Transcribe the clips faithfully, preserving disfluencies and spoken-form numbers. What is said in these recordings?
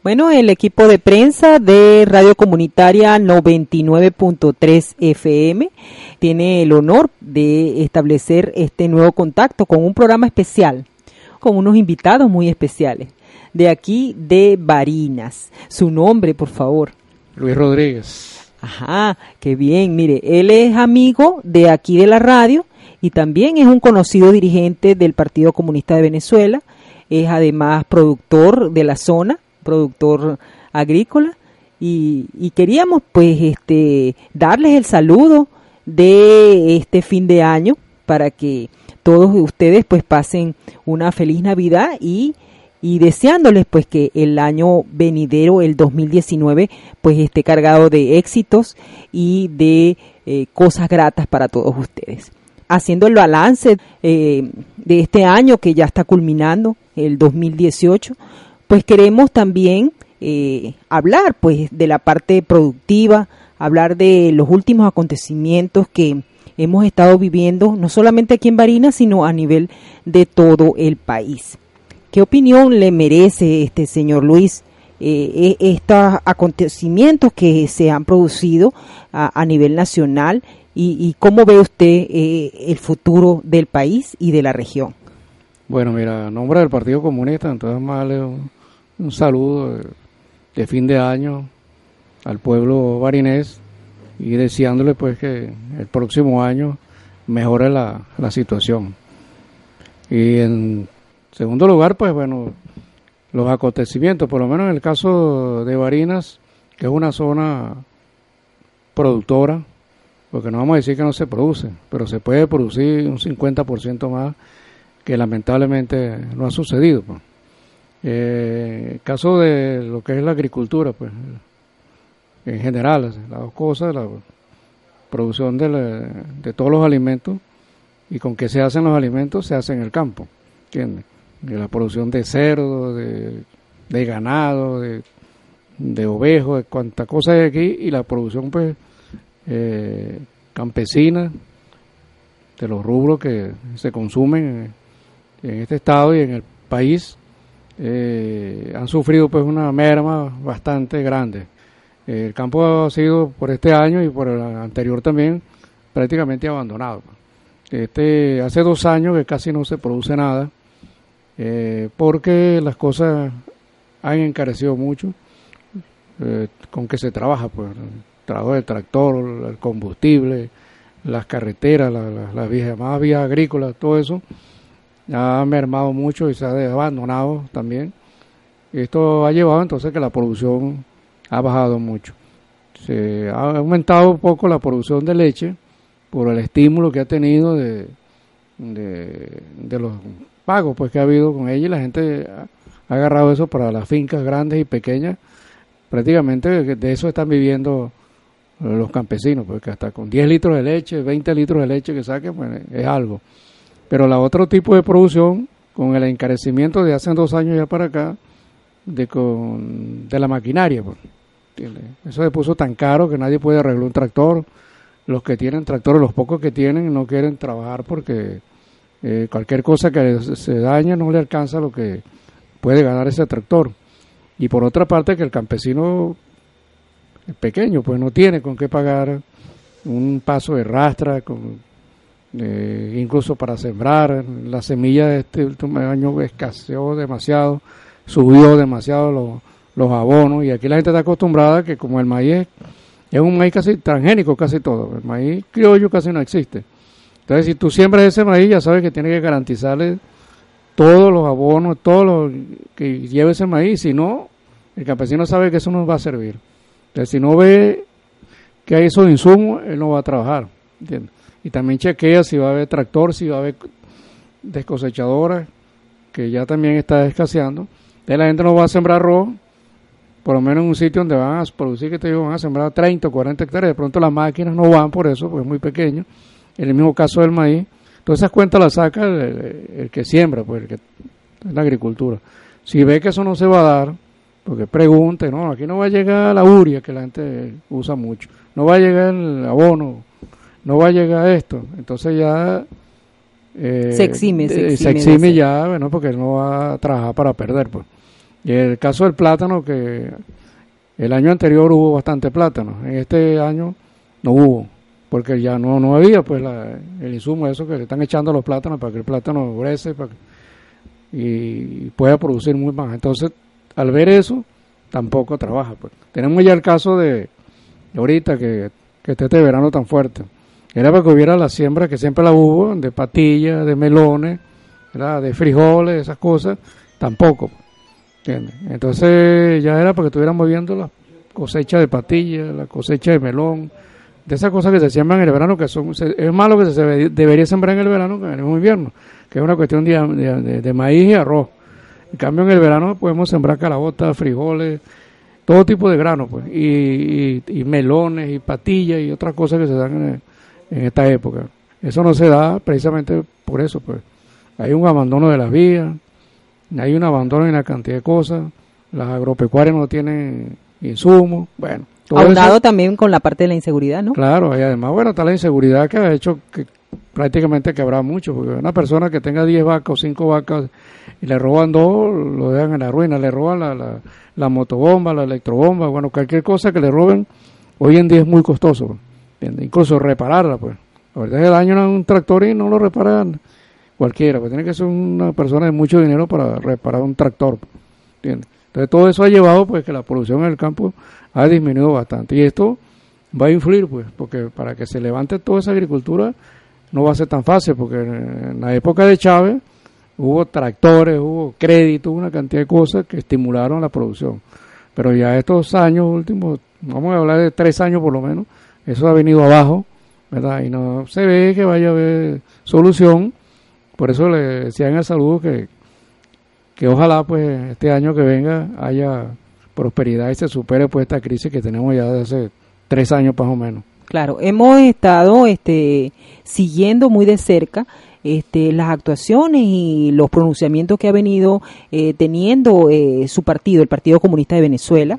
Bueno, el equipo de prensa de Radio Comunitaria noventa y nueve punto tres F M tiene el honor de establecer este nuevo contacto con un programa especial, con unos invitados muy especiales, de aquí de Barinas. Su nombre, por favor. Luis Rodríguez. Ajá, qué bien. Mire, él es amigo de aquí de la radio y también es un conocido dirigente del Partido Comunista de Venezuela. Es además productor de la zona, productor agrícola, y, y queríamos pues este darles el saludo de este fin de año para que todos ustedes pues pasen una feliz Navidad y, y deseándoles pues que el año venidero, el dos mil diecinueve, pues esté cargado de éxitos y de eh, cosas gratas para todos ustedes. Haciendo el balance eh, de este año que ya está culminando, el dos mil dieciocho, pues queremos también eh, hablar pues de la parte productiva, hablar de los últimos acontecimientos que hemos estado viviendo, no solamente aquí en Barinas, sino a nivel de todo el país. ¿Qué opinión le merece, este señor Luis, eh, estos acontecimientos que se han producido a, a nivel nacional y, y cómo ve usted eh, el futuro del país y de la región? Bueno, mira, a nombre del Partido Comunista, entonces más un, un saludo de, de fin de año al pueblo barinés y deseándole pues que el próximo año mejore la, la situación. Y en segundo lugar, pues bueno, los acontecimientos, por lo menos en el caso de Barinas, que es una zona productora, porque no vamos a decir que no se produce, pero se puede producir un cincuenta por ciento más, que lamentablemente no ha sucedido. Pues. Eh, el caso de lo que es la agricultura, pues en general, las dos cosas, la producción de, la, de todos los alimentos, y con qué se hacen los alimentos, se hace en el campo, ¿entiendes? La producción de cerdo, de, de ganado, de, de ovejos, de cuánta cosa hay aquí, y la producción pues eh, campesina, de los rubros que se consumen en, en este estado y en el país, eh, han sufrido pues una merma bastante grande. Eh, el campo ha sido por este año y por el anterior también prácticamente abandonado. Este, hace dos años que casi no se produce nada, eh, porque las cosas han encarecido mucho, eh, con que se trabaja, pues, el trabajo del tractor, el combustible, las carreteras, las la, la vías, más vías agrícolas, todo eso ha mermado mucho y se ha abandonado también. Esto ha llevado entonces que la producción ha bajado mucho. Se ha aumentado un poco la producción de leche por el estímulo que ha tenido de, de, de los pagos pues que ha habido con ella, y la gente ha agarrado eso para las fincas grandes y pequeñas. Prácticamente de eso están viviendo los campesinos, porque hasta con diez litros de leche, veinte litros de leche que saquen, pues es algo. Pero la otro tipo de producción, con el encarecimiento de hace dos años ya para acá, de con de la maquinaria, pues, eso se puso tan caro que nadie puede arreglar un tractor. Los que tienen tractores, los pocos que tienen, no quieren trabajar porque eh, cualquier cosa que se dañe no le alcanza lo que puede ganar ese tractor. Y por otra parte, que el campesino pequeño pues no tiene con qué pagar un paso de rastra, con, eh, incluso para sembrar. La semilla de este último año escaseó demasiado, subió demasiado los, los abonos, y aquí la gente está acostumbrada que como el maíz es, es un maíz casi transgénico, casi todo, el maíz criollo casi no existe. Entonces si tú siembras ese maíz, ya sabes que tienes que garantizarle todos los abonos, todo lo que lleve ese maíz, si no, el campesino sabe que eso no va a servir. Entonces si no ve que hay esos insumos, él no va a trabajar, ¿entiendes? Y también chequea si va a haber tractor, si va a haber descosechadora, que ya también está escaseando. Entonces la gente no va a sembrar arroz, por lo menos en un sitio donde van a producir, que te digo, van a sembrar treinta o cuarenta hectáreas, de pronto las máquinas no van por eso, porque es muy pequeño. En el mismo caso del maíz, todas esas cuentas las saca el, el, el que siembra, pues el que es la agricultura. Si ve que eso no se va a dar, porque pregunte, no, aquí no va a llegar la urea, que la gente usa mucho, no va a llegar el abono, no va a llegar esto, entonces ya eh, se exime, se exime, se exime ya, bueno, porque él no va a trabajar para perder, pues. Y el caso del plátano, que el año anterior hubo bastante plátano, en este año no hubo, porque ya no, no había pues la, el insumo, eso que le están echando a los plátanos para que el plátano crece para que, y pueda producir muy más. Entonces, al ver eso, tampoco trabaja. Pues. Tenemos ya el caso de, de ahorita que, que esté este verano tan fuerte. Era para que hubiera la siembra que siempre la hubo, de patillas, de melones, ¿verdad? De frijoles, esas cosas, tampoco. ¿Entiendes? Entonces ya era para que estuviéramos viendo la cosecha de patillas, la cosecha de melón, de esas cosas que se siembran en el verano, que son, es malo que se debería sembrar en el verano que en el invierno, que es una cuestión de, de, de, de maíz y arroz. En cambio en el verano podemos sembrar caraotas, frijoles, todo tipo de granos, pues, y, y, y melones y patillas y otras cosas que se dan en, en esta época. Eso no se da precisamente por eso, pues. Hay un abandono de las vías, hay un abandono en una cantidad de cosas, las agropecuarias no tienen insumos, bueno. Aunado también con la parte de la inseguridad, ¿no? Claro, y además, bueno, está la inseguridad que ha hecho que prácticamente quebrar mucho, porque una persona que tenga diez vacas o cinco vacas y le roban dos, lo dejan en la ruina, le roban la, la, la motobomba, la electrobomba, bueno, cualquier cosa que le roben, hoy en día es muy costoso, ¿entiendes? Incluso repararla, pues. Ahorita se daña un tractor y no lo reparan cualquiera, pues tiene que ser una persona de mucho dinero para reparar un tractor, ¿entiendes? Entonces todo eso ha llevado pues que la producción en el campo ha disminuido bastante y esto va a influir pues porque para que se levante toda esa agricultura no va a ser tan fácil porque en la época de Chávez hubo tractores, hubo créditos, una cantidad de cosas que estimularon la producción, pero ya estos años últimos, vamos a hablar de tres años por lo menos, eso ha venido abajo, ¿verdad? Y no se ve que vaya a haber solución. Por eso le decía en el saludo que, que ojalá pues este año que venga haya prosperidad y se supere pues esta crisis que tenemos ya desde hace tres años más o menos. Claro, hemos estado este, siguiendo muy de cerca este, las actuaciones y los pronunciamientos que ha venido eh, teniendo eh, su partido, el Partido Comunista de Venezuela,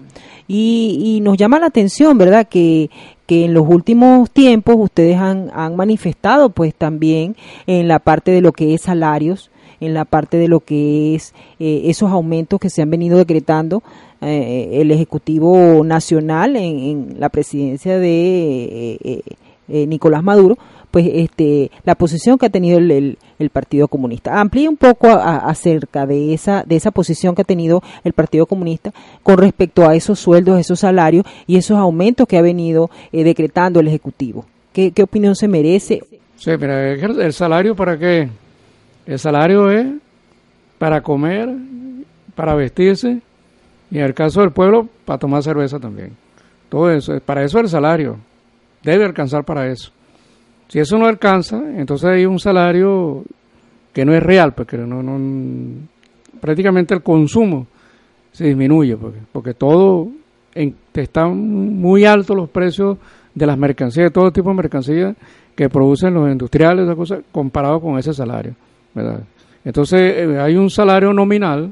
y, y nos llama la atención, ¿verdad?, que que en los últimos tiempos ustedes han, han manifestado pues también en la parte de lo que es salarios, en la parte de lo que es eh, esos aumentos que se han venido decretando eh, el Ejecutivo Nacional en, en la presidencia de eh, eh, eh, Nicolás Maduro, pues este la posición que ha tenido el, el, el Partido Comunista. Amplíe un poco a, a, acerca de esa de esa posición que ha tenido el Partido Comunista con respecto a esos sueldos, esos salarios y esos aumentos que ha venido eh, decretando el Ejecutivo. ¿Qué, qué opinión se merece? Sí, mira, el salario para qué? El salario es para comer, para vestirse y en el caso del pueblo para tomar cerveza también. Todo eso, para eso el salario debe alcanzar para eso. Si eso no alcanza, entonces hay un salario que no es real, porque no, no prácticamente el consumo se disminuye, porque, porque todo en, están muy altos los precios de las mercancías, de todo tipo de mercancías que producen los industriales, esas cosas, comparado con ese salario, ¿verdad? Entonces eh, hay un salario nominal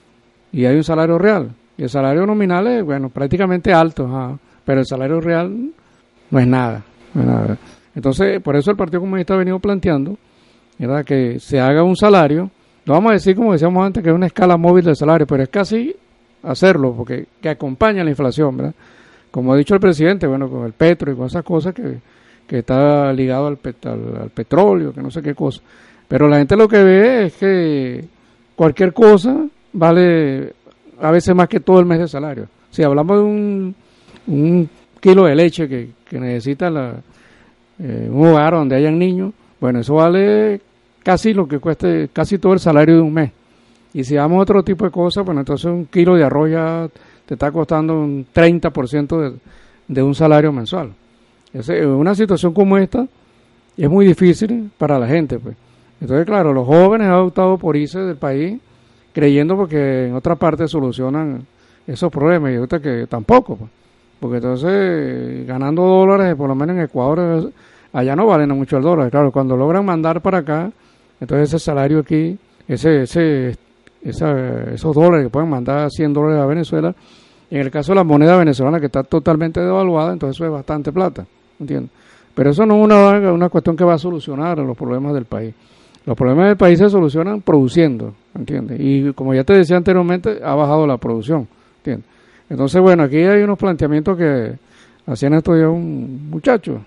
y hay un salario real. Y el salario nominal es, bueno, prácticamente alto, ajá, pero el salario real no es nada, no es nada. Entonces, por eso el Partido Comunista ha venido planteando, ¿verdad?, que se haga un salario, no vamos a decir como decíamos antes que es una escala móvil del salario, pero es casi hacerlo, porque que acompaña la inflación, ¿verdad? Como ha dicho el presidente, bueno, con el petro y con esas cosas que, que está ligado al, pet, al, al petróleo, que no sé qué cosa. Pero la gente lo que ve es que cualquier cosa vale a veces más que todo el mes de salario. Si hablamos de un, un kilo de leche que, que necesita la Eh, un hogar donde hayan niños, bueno, eso vale casi lo que cueste, casi todo el salario de un mes. Y si vamos a otro tipo de cosas, bueno, entonces un kilo de arroz ya te está costando un treinta por ciento de, de un salario mensual. Es una situación como esta es muy difícil para la gente, pues. Entonces, claro, los jóvenes han optado por irse del país creyendo porque en otra parte solucionan esos problemas y ahorita que tampoco, pues. Porque entonces, ganando dólares, por lo menos en Ecuador, allá no valen mucho el dólar. Claro, cuando logran mandar para acá, entonces ese salario aquí, ese ese esa, esos dólares que pueden mandar cien dólares a Venezuela, en el caso de la moneda venezolana que está totalmente devaluada, entonces eso es bastante plata, ¿entiendes? Pero eso no es una, una cuestión que va a solucionar los problemas del país. Los problemas del país se solucionan produciendo, ¿entiendes? Y como ya te decía anteriormente, ha bajado la producción, ¿entiendes? Entonces, bueno, aquí hay unos planteamientos que hacían esto ya un muchacho,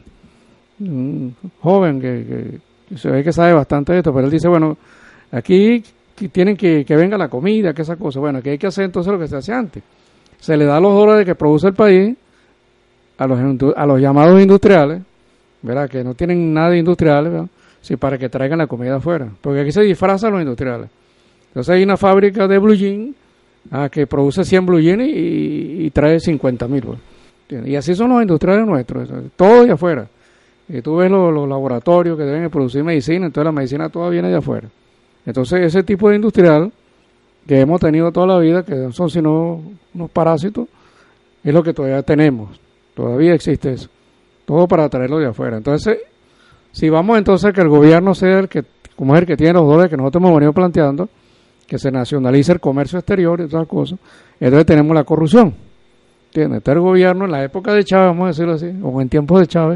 un joven que, que, que se ve que sabe bastante de esto, pero él dice, bueno, aquí tienen que que venga la comida, que esa cosa. Bueno, aquí hay que hacer entonces lo que se hace antes. Se le da los dólares que produce el país a los a los llamados industriales, ¿verdad? Que no tienen nada de industriales, ¿verdad? Sí, para que traigan la comida afuera, porque aquí se disfrazan los industriales. Entonces hay una fábrica de blue jean ah, que produce cien blue jeans y, y trae cincuenta mil. Pues. Y así son los industriales nuestros, todo de afuera. Y tú ves los, los laboratorios que deben producir medicina, entonces la medicina toda viene de afuera. Entonces ese tipo de industrial que hemos tenido toda la vida, que son sino unos parásitos, es lo que todavía tenemos. Todavía existe eso. Todo para traerlo de afuera. Entonces, si vamos entonces a que el gobierno sea el que, como es el que tiene los dólares que nosotros hemos venido planteando, que se nacionalice el comercio exterior y otras cosas, entonces tenemos la corrupción. ¿Entiendes? Entonces el gobierno en la época de Chávez, vamos a decirlo así, o en tiempos de Chávez,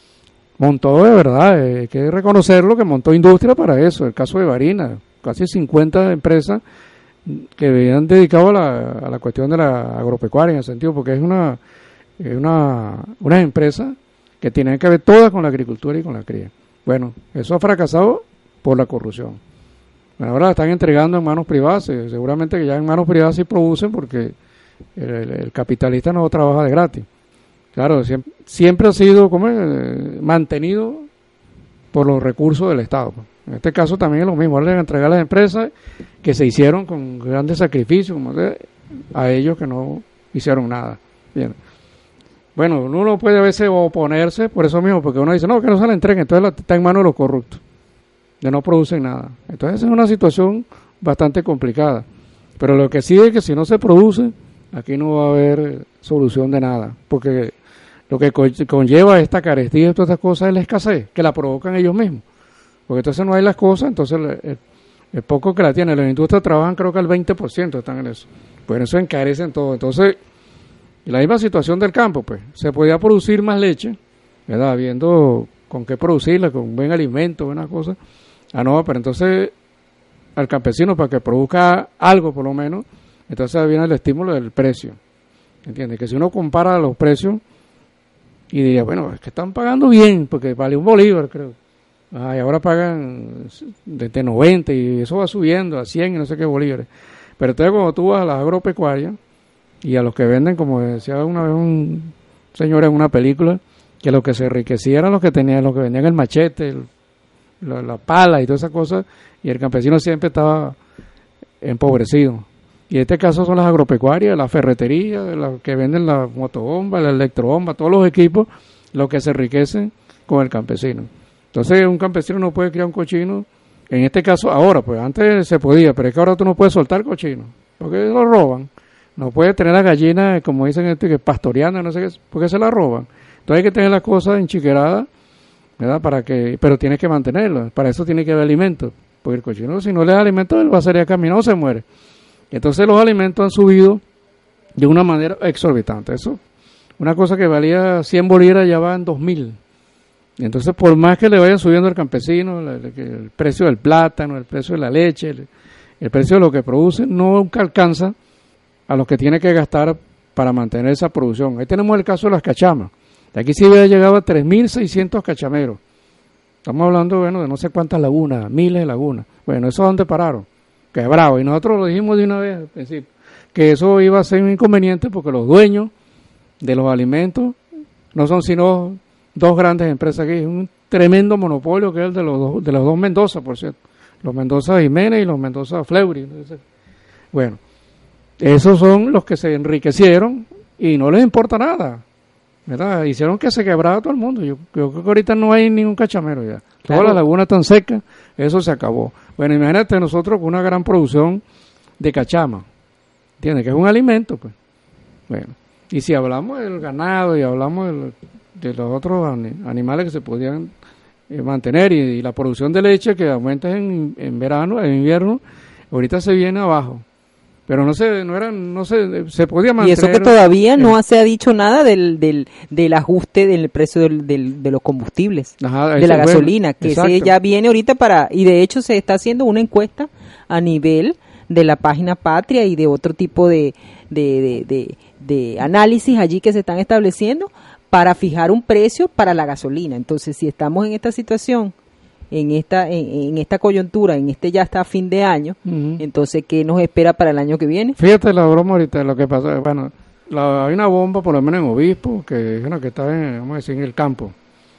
montó de verdad, hay que reconocerlo, que montó industria para eso. El caso de Barina, casi cincuenta empresas que habían dedicado a la, a la cuestión de la agropecuaria en el sentido, porque es una, es una, una empresa que tienen que ver todas con la agricultura y con la cría. Bueno, eso ha fracasado por la corrupción. Bueno, ahora la están entregando en manos privadas, seguramente que ya en manos privadas sí producen porque el, el, el capitalista no trabaja de gratis. Claro, siempre, siempre ha sido como eh, mantenido por los recursos del Estado. En este caso también es lo mismo, ahora le entregar a las empresas que se hicieron con grandes sacrificios, como sea, a ellos que no hicieron nada. Bien. Bueno, uno puede a veces oponerse por eso mismo, porque uno dice, no, que no se la entreguen, entonces la, está en manos de los corruptos, que no producen nada. Entonces es una situación bastante complicada. Pero lo que sí es que si no se produce, aquí no va a haber solución de nada, porque lo que conlleva esta carestía y todas estas cosas es la escasez, que la provocan ellos mismos. Porque entonces no hay las cosas, entonces el, el, el poco que la tienen, las industrias trabajan creo que el veinte por ciento están en eso. Pues eso encarecen todo. Entonces, la misma situación del campo, pues, se podía producir más leche, ¿verdad? Viendo con qué producirla, con buen alimento, buenas cosas. Ah, no, pero entonces al campesino para que produzca algo por lo menos, entonces viene el estímulo del precio. ¿Entiendes? Que si uno compara los precios y diría, bueno, es que están pagando bien, porque vale un bolívar, creo. Ah, y ahora pagan desde noventa y eso va subiendo a cien y no sé qué bolívares. Pero entonces cuando tú vas a las agropecuarias y a los que venden, como decía una vez un señor en una película, que los que se enriquecían eran los que tenían, los que vendían el machete, el, la, la pala y todas esas cosas, y el campesino siempre estaba empobrecido. Y en este caso son las agropecuarias, la ferretería, los que venden la motobomba, la electrobomba, todos los equipos, los que se enriquecen con el campesino. Entonces un campesino no puede criar un cochino, en este caso ahora, pues antes se podía, pero es que ahora tú no puedes soltar cochino, porque lo roban. No puedes tener las gallinas, como dicen este, que pastoreando, no sé qué, porque se la roban. Entonces hay que tener las cosas enchiqueradas, ¿verdad? Para que, pero tienes que mantenerlas, para eso tiene que haber alimento, porque el cochino si no le da alimento, él va a salir a caminar o se muere. Entonces los alimentos han subido de una manera exorbitante. Eso, una cosa que valía cien bolívares ya va en dos mil. Entonces, por más que le vayan subiendo al campesino, el, el precio del plátano, el precio de la leche, el, el precio de lo que produce, nunca alcanza a lo que tiene que gastar para mantener esa producción. Ahí tenemos el caso de las cachamas. De aquí sí había llegado a tres mil seiscientos cachameros. Estamos hablando, bueno, de no sé cuántas lagunas, miles de lagunas. Bueno, ¿eso dónde pararon? Quebrado. Y nosotros lo dijimos de una vez al principio, que eso iba a ser un inconveniente porque los dueños de los alimentos no son sino dos grandes empresas aquí, un tremendo monopolio que es el de los dos, de los dos Mendoza, por cierto, los Mendoza Jiménez y los Mendoza Fleury. Bueno, esos son los que se enriquecieron y no les importa nada, ¿verdad? Hicieron que se quebrara todo el mundo. Yo creo que ahorita no hay ningún cachamero ya. Claro. Todas las lagunas están secas, eso se acabó. Bueno, imagínate nosotros con una gran producción de cachama, ¿entiendes? Que es un alimento, pues. Bueno, y si hablamos del ganado y hablamos del de los otros animales que se podían eh, mantener y, y la producción de leche que aumenta en, en verano, en invierno, ahorita se viene abajo, pero no se, no era, no se, se podía mantener. Y eso que todavía no eh, se ha dicho nada del, del, del ajuste del precio del, del, de los combustibles, Ajá, de la gasolina, bueno, que ese ya viene ahorita para, y de hecho se está haciendo una encuesta a nivel de la página Patria y de otro tipo de, de, de, de, de análisis allí que se están estableciendo para fijar un precio para la gasolina. Entonces, si estamos en esta situación, en esta en, en esta coyuntura, en este ya está fin de año, uh-huh. entonces, ¿qué nos espera para el año que viene? Fíjate la broma ahorita, lo que pasa, bueno, la, hay una bomba, por lo menos en Obispo, que, bueno, que está en, vamos a decir, en el campo,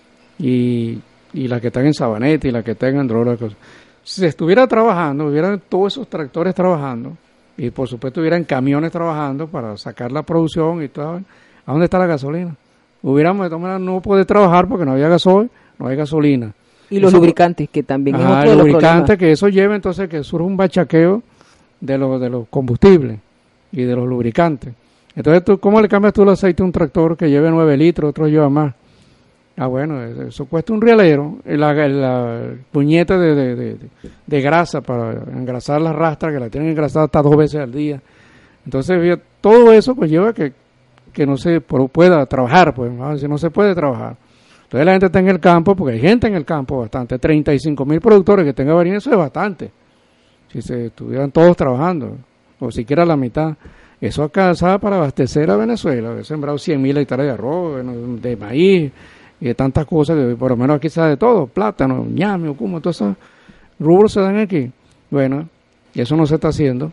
y, y la que está en Sabaneta, y la que está en Andorra, cosas. Si se estuviera trabajando, hubieran todos esos tractores trabajando, y por supuesto hubieran camiones trabajando para sacar la producción y todo, ¿a dónde está la gasolina? Hubiéramos de todas maneras no poder trabajar porque no había gasoil, no hay gasolina. Y los eso, lubricantes, que también ajá, es otro de los lubricantes, que eso lleva entonces que surge un bachaqueo de los de los combustibles y de los lubricantes. Entonces, ¿tú, ¿cómo le cambias tú el aceite a un tractor que lleve nueve litros, otro lleva más? Ah, bueno, eso cuesta un rialero, la, la puñeta de, de, de, de grasa para engrasar las rastras, que la tienen engrasada hasta dos veces al día. Entonces, todo eso pues lleva que, que no se pueda trabajar, pues, ¿no? Si no se puede trabajar. Entonces la gente está en el campo, porque hay gente en el campo bastante, treinta y cinco mil productores que tengan harina, eso es bastante. Si se estuvieran todos trabajando, o siquiera la mitad, eso alcanzaba para abastecer a Venezuela. He sembrado cien mil hectáreas de arroz, de maíz, y de tantas cosas, que por lo menos aquí se da de todo, plátano, ñame, ocumo, todos esos rubros se dan aquí. Bueno, y eso no se está haciendo.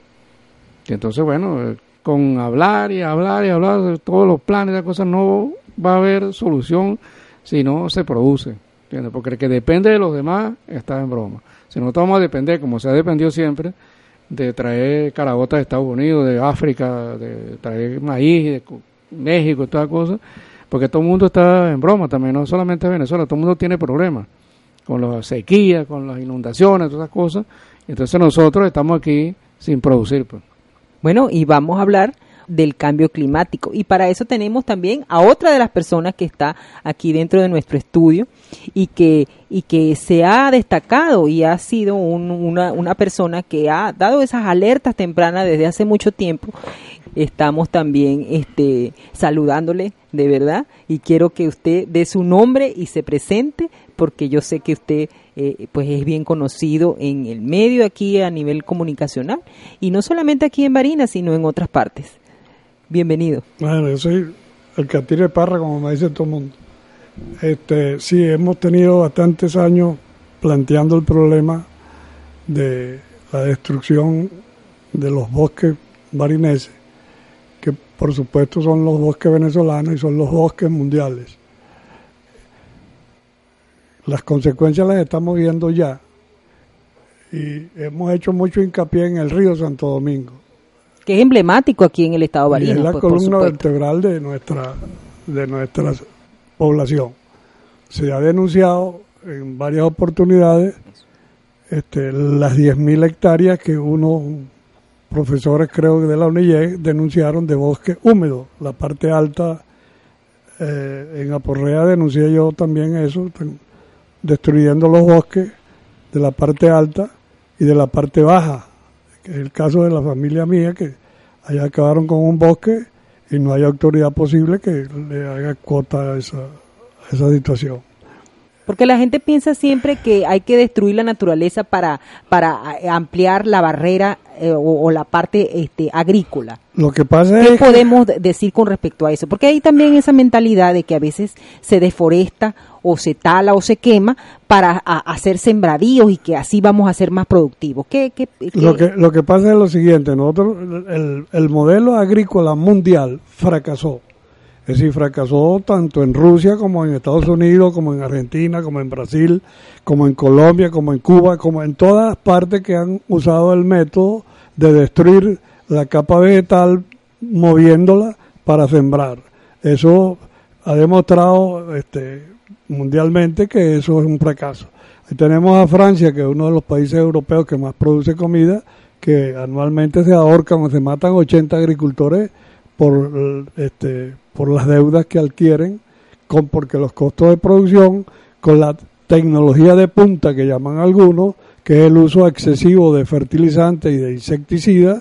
Y entonces, bueno, con hablar y hablar y hablar de todos los planes, de cosas, no va a haber solución si no se produce, ¿entiendes? Porque el que depende de los demás está en broma. Si nosotros vamos a depender, como se ha dependido siempre, de traer caraotas de Estados Unidos, de África, de traer maíz, de México, y todas las cosas, porque todo el mundo está en broma también, no solamente Venezuela, todo el mundo tiene problemas con las sequías, con las inundaciones, todas esas cosas, y entonces nosotros estamos aquí sin producir, pues. Bueno, y vamos a hablar del cambio climático, y para eso tenemos también a otra de las personas que está aquí dentro de nuestro estudio y que y que se ha destacado y ha sido un, una, una persona que ha dado esas alertas tempranas desde hace mucho tiempo. Estamos también este saludándole de verdad, y quiero que usted dé su nombre y se presente, porque yo sé que usted eh, pues es bien conocido en el medio aquí a nivel comunicacional, y no solamente aquí en Barinas, sino en otras partes. Bienvenido. Bueno, yo soy el Catire Parra, como me dice todo el mundo. Este, sí, hemos tenido bastantes años planteando el problema de la destrucción de los bosques barineses, que por supuesto son los bosques venezolanos y son los bosques mundiales. Las consecuencias las estamos viendo ya, y hemos hecho mucho hincapié en el río Santo Domingo, que es emblemático aquí en el estado de Barinas. Y es la pues, columna vertebral de nuestra de nuestra población. Se ha denunciado en varias oportunidades este, las diez mil hectáreas que unos profesores, creo que de la UNILLE, denunciaron de bosque húmedo. La parte alta, eh, en Aporrea denuncié yo también eso, destruyendo los bosques de la parte alta y de la parte baja, que es el caso de la familia mía, que allá acabaron con un bosque y no hay autoridad posible que le haga cuota a esa, a esa situación. Porque la gente piensa siempre que hay que destruir la naturaleza para para ampliar la barrera eh, o, o la parte este agrícola. Lo que pasa ¿Qué es podemos que... decir con respecto a eso? Porque hay también esa mentalidad de que a veces se deforesta o se tala o se quema para a, hacer sembradíos y que así vamos a ser más productivos. ¿Qué, qué, qué? Lo que lo que pasa es lo siguiente, nosotros el, el modelo agrícola mundial fracasó. Es decir, fracasó tanto en Rusia como en Estados Unidos, como en Argentina, como en Brasil, como en Colombia, como en Cuba, como en todas partes que han usado el método de destruir la capa vegetal moviéndola para sembrar. Eso ha demostrado este, mundialmente que eso es un fracaso. Ahí tenemos a Francia, que es uno de los países europeos que más produce comida, que anualmente se ahorcan o se matan ochenta agricultores por este por las deudas que adquieren, con, porque los costos de producción, con la tecnología de punta que llaman algunos, que es el uso excesivo de fertilizantes y de insecticidas,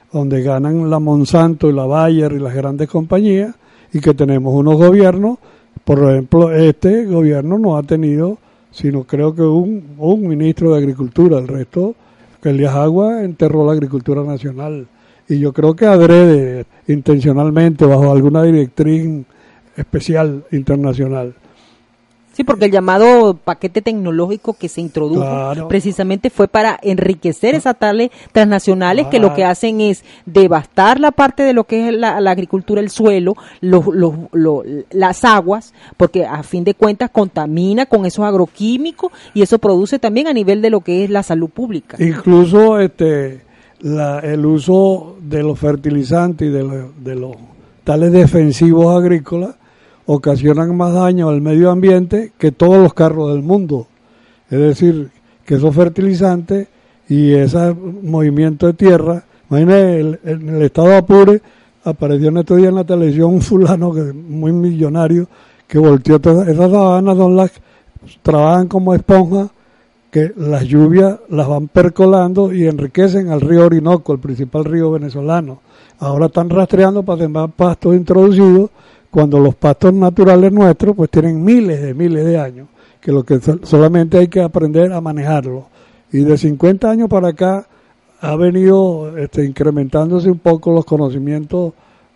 donde ganan la Monsanto y la Bayer y las grandes compañías, y que tenemos unos gobiernos, por ejemplo, este gobierno no ha tenido, sino creo que un, un ministro de Agricultura, el resto, que Elías Agua enterró la agricultura nacional, y yo creo que adrede, intencionalmente, bajo alguna directriz especial internacional. Sí, porque el llamado paquete tecnológico que se introdujo claro. precisamente fue para enriquecer esas tales transnacionales claro. que lo que hacen es devastar la parte de lo que es la, la agricultura, el suelo, los, los, los, las aguas, porque a fin de cuentas contamina con esos agroquímicos y eso produce también a nivel de lo que es la salud pública. Incluso este la, el uso de los fertilizantes y de, lo, de los tales defensivos agrícolas ocasionan más daño al medio ambiente que todos los carros del mundo. Es decir, que esos fertilizantes y ese movimiento de tierra, imagínate, el, en el estado de Apure apareció en estos días en la televisión un fulano que muy millonario que volteó todas esas sabanas, son las trabajan como esponja, que las lluvias las van percolando y enriquecen al río Orinoco, el principal río venezolano. Ahora están rastreando para sembrar pastos introducidos, cuando los pastos naturales nuestros pues tienen miles de miles de años, que lo que solamente hay que aprender a manejarlo. Y de cincuenta años para acá ha venido este, incrementándose un poco los conocimientos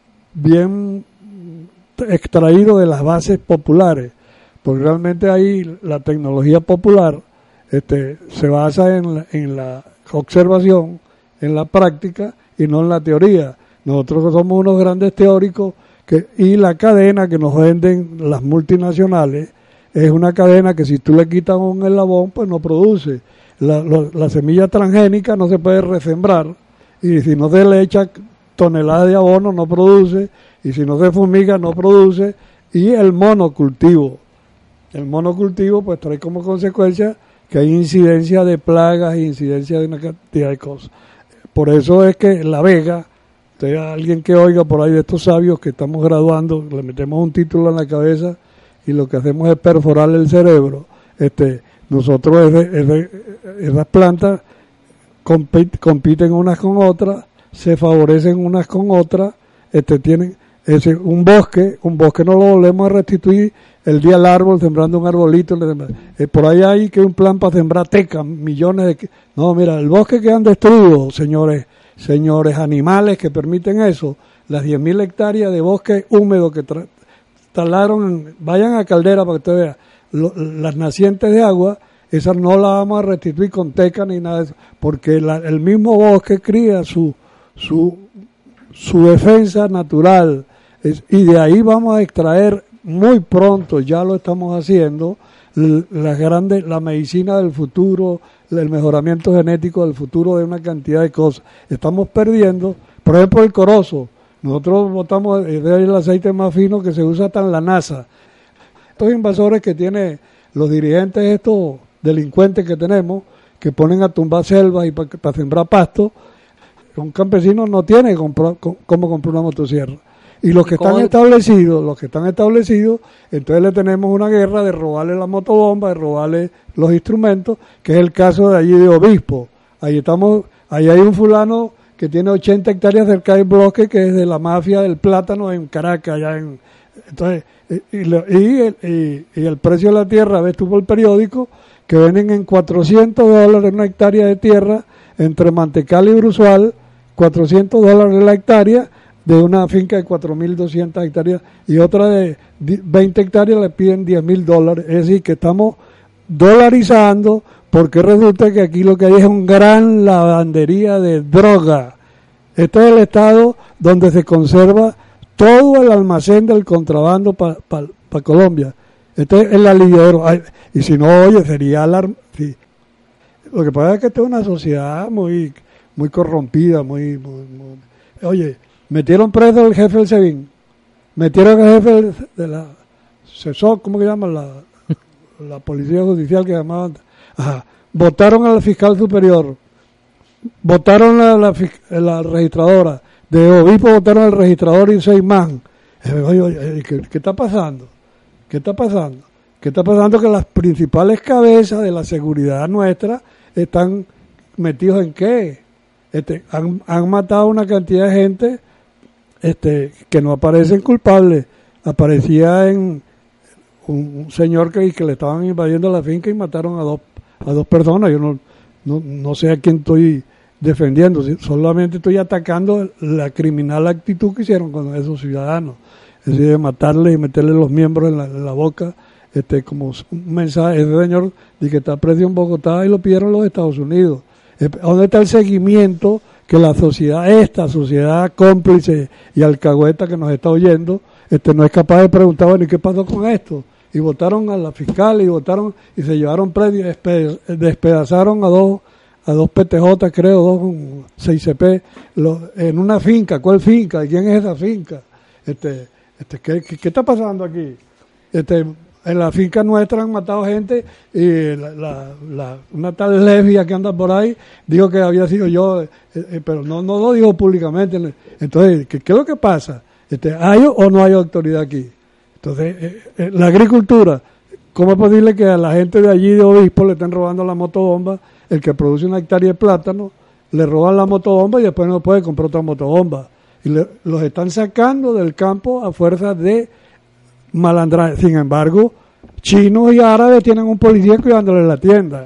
bien extraídos de las bases populares, porque realmente ahí la tecnología popular este, se basa en la, en la observación, en la práctica y no en la teoría. Nosotros somos unos grandes teóricos, que, y la cadena que nos venden las multinacionales es una cadena que si tú le quitas un eslabón pues no produce. La, la, la semilla transgénica no se puede resembrar, y si no se le echa toneladas de abono no produce, y si no se fumiga no produce, y el monocultivo el monocultivo pues trae como consecuencia que hay incidencia de plagas e incidencia de una cantidad de cosas. Por eso es que La Vega, alguien que oiga por ahí de estos sabios que estamos graduando, le metemos un título en la cabeza y lo que hacemos es perforarle el cerebro. Este, nosotros es de, es de, esas plantas compiten, compiten unas con otras, se favorecen unas con otras, este, tienen ese, un bosque, un bosque no lo volvemos a restituir el día al árbol sembrando un arbolito. Eh, por ahí hay que un plan para sembrar teca, millones de... No, mira, el bosque que han destruido, señores, señores animales que permiten eso, las diez mil hectáreas de bosque húmedo que tra- talaron, vayan a Caldera para que usted vea, lo, las nacientes de agua, esas no las vamos a restituir con teca ni nada de eso, porque la, el mismo bosque cría su su su defensa natural, es, y de ahí vamos a extraer muy pronto, ya lo estamos haciendo, la grande, la medicina del futuro, el mejoramiento genético del futuro de una cantidad de cosas. Estamos perdiendo, por ejemplo, el corozo. Nosotros botamos el aceite más fino que se usa hasta en la NASA. Estos invasores que tienen los dirigentes, estos delincuentes que tenemos, que ponen a tumbar selvas y para pa sembrar pasto, un campesino no tiene compro, cómo comprar una motosierra. Y los que están establecidos, los que están establecidos, entonces le tenemos una guerra de robarle la motobomba, de robarle los instrumentos, que es el caso de allí de Obispo. Ahí estamos, ahí hay un fulano que tiene ochenta hectáreas cerca del bloque, que es de la mafia del plátano en Caracas, allá en, entonces, y, y, y, y el precio de la tierra, ves tú por el periódico, que venden en cuatrocientos dólares una hectárea de tierra, entre Mantecal y Brusual, cuatrocientos dólares la hectárea, de una finca de cuatro mil doscientas hectáreas, y otra de veinte hectáreas le piden diez mil dólares. Es decir, que estamos dolarizando, porque resulta que aquí lo que hay es un gran lavandería de droga. Este es el estado donde se conserva todo el almacén del contrabando para pa, pa Colombia. Este es el aliviadero. Ay, y si no, oye, sería alarm... Sí. Lo que pasa es que esta es una sociedad muy, muy corrompida, muy, muy, muy... Oye, metieron preso al jefe del SEBIN, metieron al jefe de la CESOC, ¿cómo que llaman? La, la policía judicial que llamaban. Ajá. Votaron al fiscal superior, votaron a la, la, la registradora, de Obispo votaron al registrador y seis más. Oye, oye, ¿qué, ¿qué está pasando? ¿Qué está pasando? ¿Qué está pasando? Que las principales cabezas de la seguridad nuestra están metidos en qué? este, han, han matado una cantidad de gente este, que no aparecen culpables. Aparecía en un, un señor que, que le estaban invadiendo la finca y mataron a dos, a dos personas. Yo no, no, no sé a quién estoy defendiendo, solamente estoy atacando la criminal actitud que hicieron con esos ciudadanos. Es decir, de matarles y meterle los miembros en la, en la boca, este como un mensaje. Ese señor de que está preso en Bogotá y lo pidieron los Estados Unidos. ¿Dónde está el seguimiento que la sociedad, esta sociedad cómplice y alcahueta que nos está oyendo, este no es capaz de preguntar, bueno, ¿y qué pasó con esto? Y votaron a la fiscal y votaron y se llevaron preso y despe- despedazaron a dos a dos P T J, creo, dos seis C P, lo, en una finca. ¿Cuál finca? ¿De quién es esa finca? Este, este, ¿qué, qué, qué está pasando aquí? Este, en la finca nuestra han matado gente y la, la, la, una tal lesbia que anda por ahí dijo que había sido yo, eh, eh, pero no, no lo dijo públicamente. Entonces, ¿qué, qué es lo que pasa? Este, ¿hay o no hay autoridad aquí? Entonces, eh, eh, la agricultura, ¿cómo es posible que a la gente de allí de Obispo le estén robando la motobomba? El que produce una hectárea de plátano, le roban la motobomba y después no puede comprar otra motobomba. Y le, los están sacando del campo a fuerza de malandraje. Sin embargo, chinos y árabes tienen un policía cuidándole la tienda.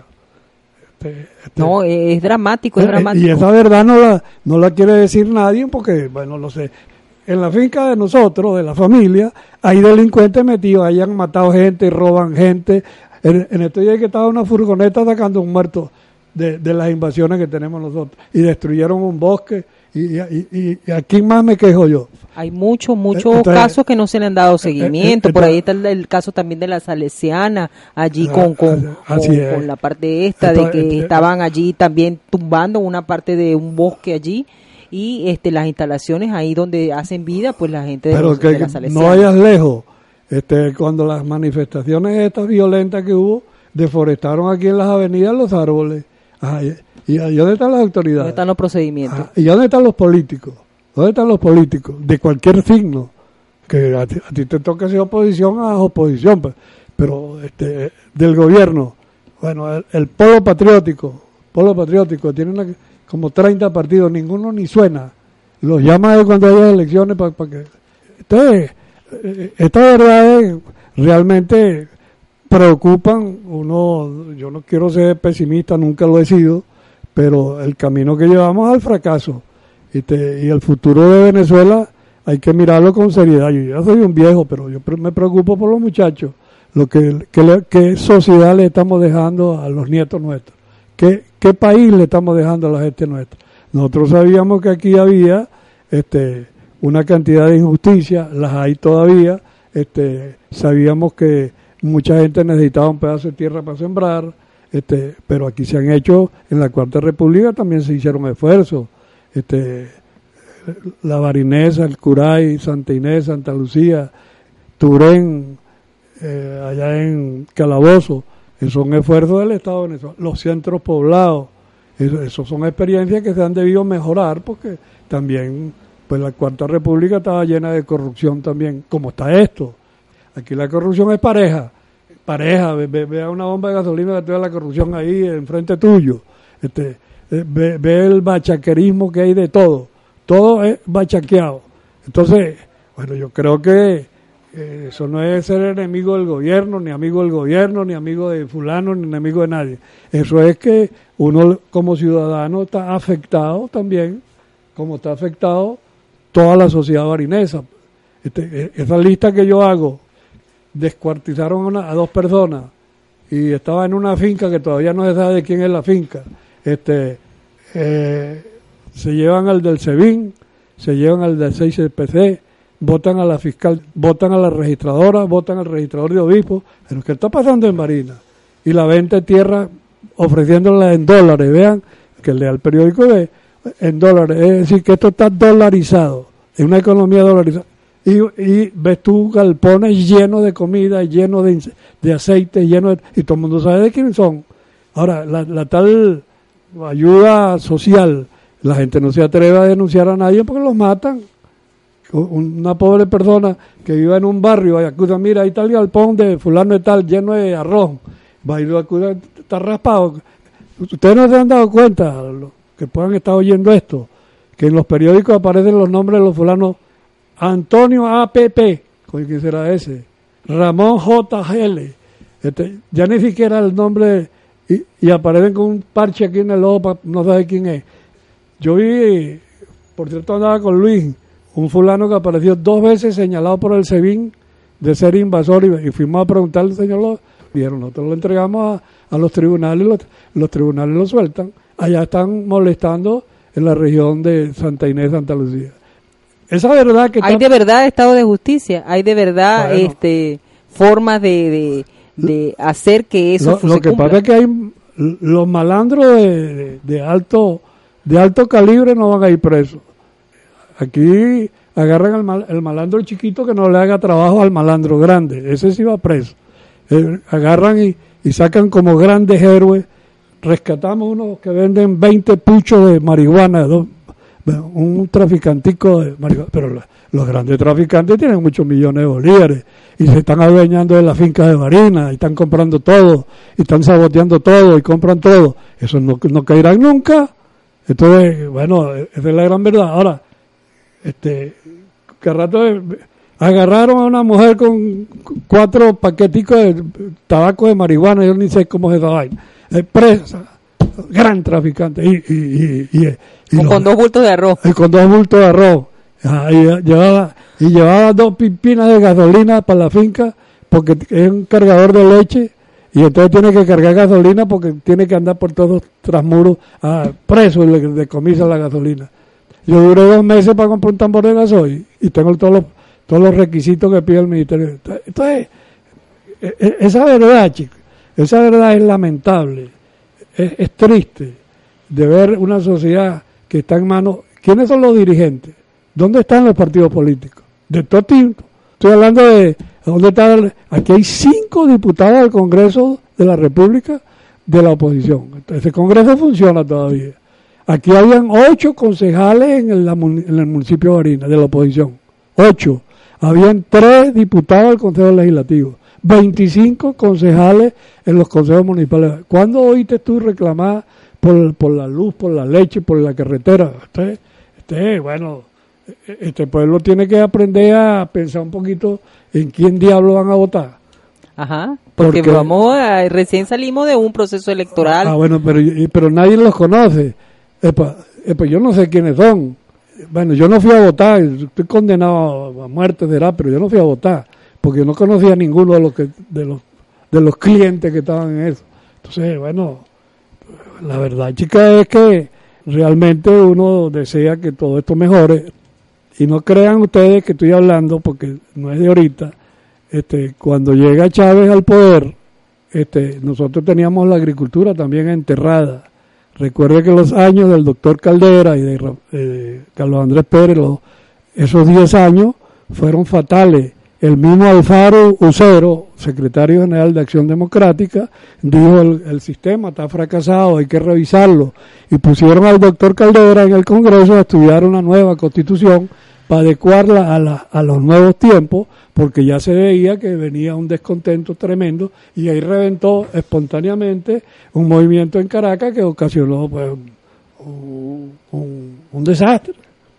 Este, este, no, es dramático, es eh, dramático. Y esa verdad no la, no la quiere decir nadie porque, bueno, no sé. En la finca de nosotros, de la familia, hay delincuentes metidos, ahí han matado gente, roban gente. En, en estos días que estaba una furgoneta sacando un muerto de, de las invasiones que tenemos nosotros y destruyeron un bosque y, y, y, y aquí más me quejo yo. Hay muchos, muchos Entonces, casos que no se le han dado seguimiento. eh, eh, Por ahí está el, el caso también de la Salesiana, allí con, con, con, con la parte esta de que Entonces, estaban allí también tumbando una parte de un bosque allí y este las instalaciones ahí donde hacen vida pues la gente de, pero los, que de la Salesiana. No vayas lejos. Este, cuando las manifestaciones estas violentas que hubo, deforestaron aquí en las avenidas los árboles. Ajá, y, y, ¿y dónde están las autoridades? ¿Dónde están los procedimientos? Ajá, ¿y dónde están los políticos? ¿Dónde están los políticos? De cualquier signo. Que a ti, a ti te toca ser oposición a oposición, pues, pero este, del gobierno. Bueno, el, el polo patriótico, polo patriótico, tiene una, como treinta partidos, ninguno ni suena. Los llama de cuando haya elecciones para pa que... Entonces, estas verdades realmente preocupan. Uno, yo no quiero ser pesimista, nunca lo he sido, pero el camino que llevamos al fracaso y, te, y el futuro de Venezuela hay que mirarlo con seriedad. Yo ya soy un viejo, pero yo me preocupo por los muchachos, lo que, que qué sociedad le estamos dejando a los nietos nuestros, qué, qué país le estamos dejando a la gente nuestra. Nosotros sabíamos que aquí había este una cantidad de injusticias, las hay todavía. Este, sabíamos que mucha gente necesitaba un pedazo de tierra para sembrar, este, pero aquí se han hecho, en la Cuarta República también se hicieron esfuerzos. Este, la Barinesa, el Curay, Santa Inés, Santa Lucía, Turén, eh, allá en Calabozo, esos son esfuerzos del Estado de Venezuela. Los centros poblados, eso, eso son experiencias que se han debido mejorar porque también pues la Cuarta República estaba llena de corrupción también, como está esto. Aquí la corrupción es pareja, pareja, ve, ve, ve a una bomba de gasolina que tiene la corrupción ahí enfrente tuyo, este, ve, ve el bachaquerismo que hay de todo, todo es bachaqueado. Entonces, bueno, yo creo que eh, eso no es ser enemigo del gobierno, ni amigo del gobierno, ni amigo de fulano, ni enemigo de nadie. Eso es que uno como ciudadano está afectado también, como está afectado toda la sociedad barinesa. Este, esa lista que yo hago, descuartizaron a, una, a dos personas y estaba en una finca que todavía no se sabe de quién es la finca. Este, eh, se llevan al del SEBIN, se llevan al del seis C P C, votan a la fiscal, votan a la registradora, votan al registrador de Obispo. Pero ¿qué está pasando en Barinas? Y la venta de tierra ofreciéndola en dólares. Vean que lea el periódico ve en dólares, es decir, que esto está dolarizado, es una economía dolarizada. Y, y ves tú galpones llenos de comida, llenos de, de aceite, llenos de, y todo el mundo sabe de quién son. Ahora, la, la tal ayuda social, la gente no se atreve a denunciar a nadie porque los matan. Una pobre persona que vive en un barrio, acusa, mira, ahí está el galpón de fulano y tal, lleno de arroz, va y lo acusa, está raspado. Ustedes no se han dado cuenta, que puedan estar oyendo esto, que en los periódicos aparecen los nombres de los fulanos: Antonio A P P, ¿quién será ese? Ramón J L, este, ya ni siquiera el nombre, y, y aparecen con un parche aquí en el ojo, no sabe quién es. Yo vi, por cierto andaba con Luis, un fulano que apareció dos veces señalado por el SEBIN de ser invasor, y, y fuimos a preguntarle al señor, lo vieron, nosotros lo entregamos a, a los tribunales, los, los tribunales lo sueltan. Allá están molestando en la región de Santa Inés, Santa Lucía. Esa verdad que hay está... de verdad estado de justicia, hay de verdad bueno, este formas de, de, de hacer que eso lo, se lo que cumpla. pasa es que hay los malandros de, de, de alto de alto calibre no van a ir presos. Aquí agarran al mal, el malandro chiquito que no le haga trabajo al malandro grande, ese sí va preso. Eh, agarran y, y sacan como grandes héroes. Rescatamos unos que venden veinte puchos de marihuana, dos, un traficantico de marihuana, pero la, los grandes traficantes tienen muchos millones de bolívares y se están adueñando de las fincas de Barinas y están comprando todo y están saboteando todo y compran todo. Eso no, no caerán nunca. Entonces, bueno, esa es la gran verdad. Ahora, este, que rato de, agarraron a una mujer con cuatro paqueticos de tabaco de marihuana, yo ni sé cómo es esa vaina. Es presa, gran traficante, y, y, y, y, y o los, con dos bultos de arroz. y con dos bultos de arroz. Ajá, y, llevaba, y llevaba dos pipinas de gasolina para la finca, porque es un cargador de leche, y entonces tiene que cargar gasolina porque tiene que andar por todos los trasmuros ah, preso y le decomisa la gasolina. Yo duré dos meses para comprar un tambor de gasoil y tengo todos los, todos los requisitos que pide el ministerio. Entonces, esa verdad, chicos, esa verdad es lamentable, es, es triste de ver una sociedad que está en manos. ¿Quiénes son los dirigentes? ¿Dónde están los partidos políticos? De todo tipo. Estoy hablando de dónde están. Aquí hay cinco diputados del Congreso de la República de la oposición. Ese Congreso funciona todavía. Aquí habían ocho concejales en el, en el municipio de Barinas de la oposición. Ocho. Habían tres diputados del Consejo Legislativo. veinticinco concejales en los consejos municipales. ¿Cuándo oíste tú reclamar por, por la luz, por la leche, por la carretera? Este, este, bueno, este pueblo tiene que aprender a pensar un poquito en quién diablo van a votar. Ajá, porque, porque vamos a, recién salimos de un proceso electoral. Ah, bueno, pero, pero nadie los conoce. Epa, epa, yo no sé quiénes son. Bueno, yo no fui a votar, estoy condenado a muerte, será, pero yo no fui a votar, porque yo no conocía a ninguno de los que de los de los clientes que estaban en eso. Entonces, bueno, la verdad, chica, es que realmente uno desea que todo esto mejore, y no crean ustedes que estoy hablando porque no es de ahorita. Este, cuando llega Chávez al poder, este, nosotros teníamos la agricultura también enterrada. Recuerde que los años del doctor Caldera y de eh, Carlos Andrés Pérez, los, esos diez años fueron fatales. El mismo Alfaro Ucero, secretario general de Acción Democrática, dijo el, el sistema está fracasado, hay que revisarlo. Y pusieron al doctor Caldera en el Congreso a estudiar una nueva constitución para adecuarla a, la, a los nuevos tiempos, porque ya se veía que venía un descontento tremendo, y ahí reventó espontáneamente un movimiento en Caracas que ocasionó pues, un, un, un desastre.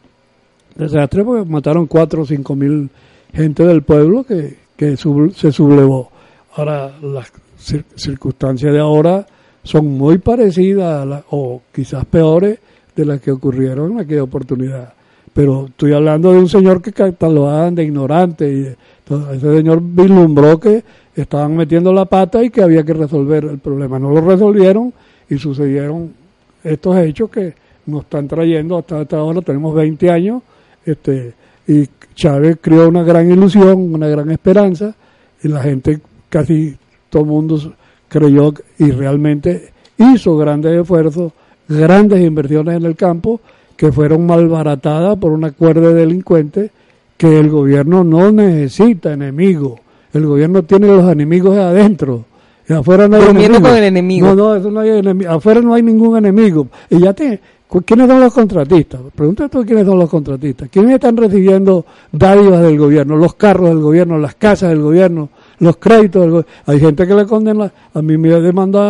Desastre porque mataron cuatro o cinco mil gente del pueblo que, que sub, se sublevó. Ahora, las cir- circunstancias de ahora son muy parecidas a la, o quizás peores de las que ocurrieron en aquella oportunidad. Pero estoy hablando de un señor que catalogaban de ignorante, y entonces ese señor vislumbró que estaban metiendo la pata y que había que resolver el problema. No lo resolvieron y sucedieron estos hechos que nos están trayendo hasta, hasta ahora. Tenemos veinte años este y Chávez creó una gran ilusión, una gran esperanza, y la gente, casi todo el mundo creyó y realmente hizo grandes esfuerzos, grandes inversiones en el campo, que fueron malbaratadas por una cuerda de delincuentes, que el gobierno no necesita enemigos. El gobierno tiene los enemigos de adentro. Y afuera no hay enemigos. Con el enemigo. No, no, eso no hay enemigo. Afuera no hay ningún enemigo. Y ya te... ¿Quiénes son los contratistas? Pregúntate tú quiénes son los contratistas. ¿Quiénes están recibiendo dádivas del gobierno? Los carros del gobierno, las casas del gobierno, los créditos del gobierno. Hay gente que le condena. A mí me ha demandado